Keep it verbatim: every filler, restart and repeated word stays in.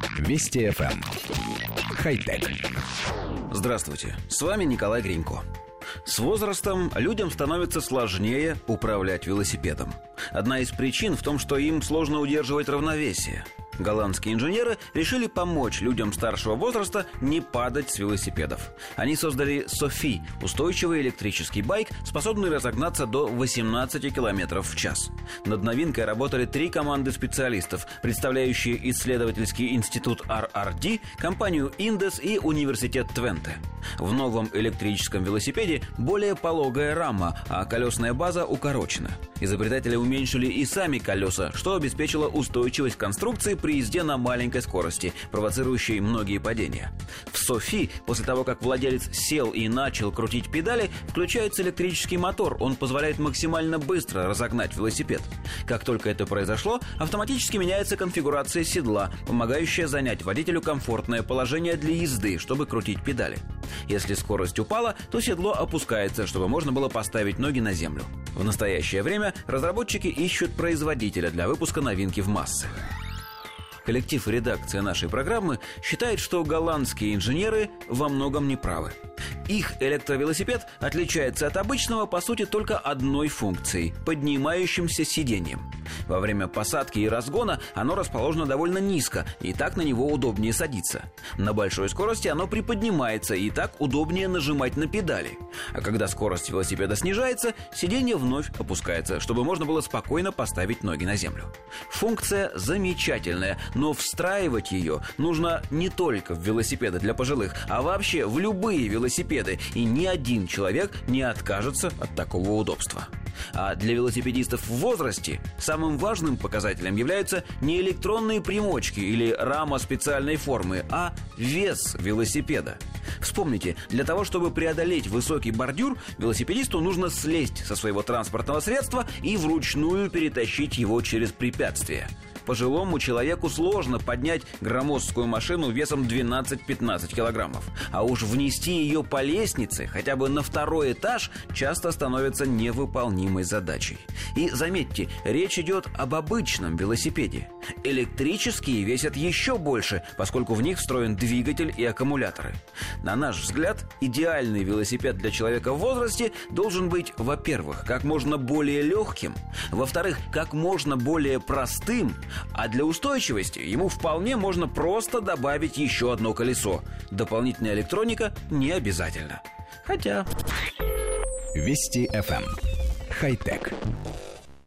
Вести эф эм. Хай-тек. Здравствуйте, с вами Николай Гринько. С возрастом людям становится сложнее управлять велосипедом. Одна из причин в том, что им сложно удерживать равновесие. Голландские инженеры решили помочь людям старшего возраста не падать с велосипедов. Они создали Софи – устойчивый электрический байк, способный разогнаться до восемнадцати километров в час. Над новинкой работали три команды специалистов, представляющие исследовательский институт ар ар ди, компанию Индес и университет Твенте. В новом электрическом велосипеде более пологая рама, а колесная база укорочена. Изобретатели уменьшили и сами колеса, что обеспечило устойчивость конструкции при езде на маленькой скорости, провоцирующей многие падения. В Софи, после того, как владелец сел и начал крутить педали, включается электрический мотор. Он позволяет максимально быстро разогнать велосипед. Как только это произошло, автоматически меняется конфигурация седла, помогающая занять водителю комфортное положение для езды, чтобы крутить педали. Если скорость упала, то седло опускается, чтобы можно было поставить ноги на землю. В настоящее время разработчики ищут производителя для выпуска новинки в массы. Коллектив редакции нашей программы считает, что голландские инженеры во многом неправы. Их электровелосипед отличается от обычного, по сути, только одной функцией – поднимающимся сиденьем. Во время посадки и разгона оно расположено довольно низко, и так на него удобнее садиться. На большой скорости оно приподнимается, и так удобнее нажимать на педали. А когда скорость велосипеда снижается, сиденье вновь опускается, чтобы можно было спокойно поставить ноги на землю. Функция замечательная, но встраивать ее нужно не только в велосипеды для пожилых, а вообще в любые велосипеды, и ни один человек не откажется от такого удобства. А для велосипедистов в возрасте самым важным показателем являются не электронные примочки или рама специальной формы, а вес велосипеда. Вспомните, для того, чтобы преодолеть высокий бордюр, велосипедисту нужно слезть со своего транспортного средства и вручную перетащить его через препятствие. Пожилому человеку сложно поднять громоздкую машину весом двенадцать-пятнадцать килограммов. А уж внести ее по лестнице, хотя бы на второй этаж, часто становится невыполнимой задачей. И заметьте, речь идет об обычном велосипеде. Электрические весят еще больше, поскольку в них встроен двигатель и аккумуляторы. На наш взгляд, идеальный велосипед для человека в возрасте должен быть, во-первых, как можно более легким, во-вторых, как можно более простым, а для устойчивости ему вполне можно просто добавить еще одно колесо. Дополнительная электроника не обязательно. Хотя... Вести эф эм. Хай-тек.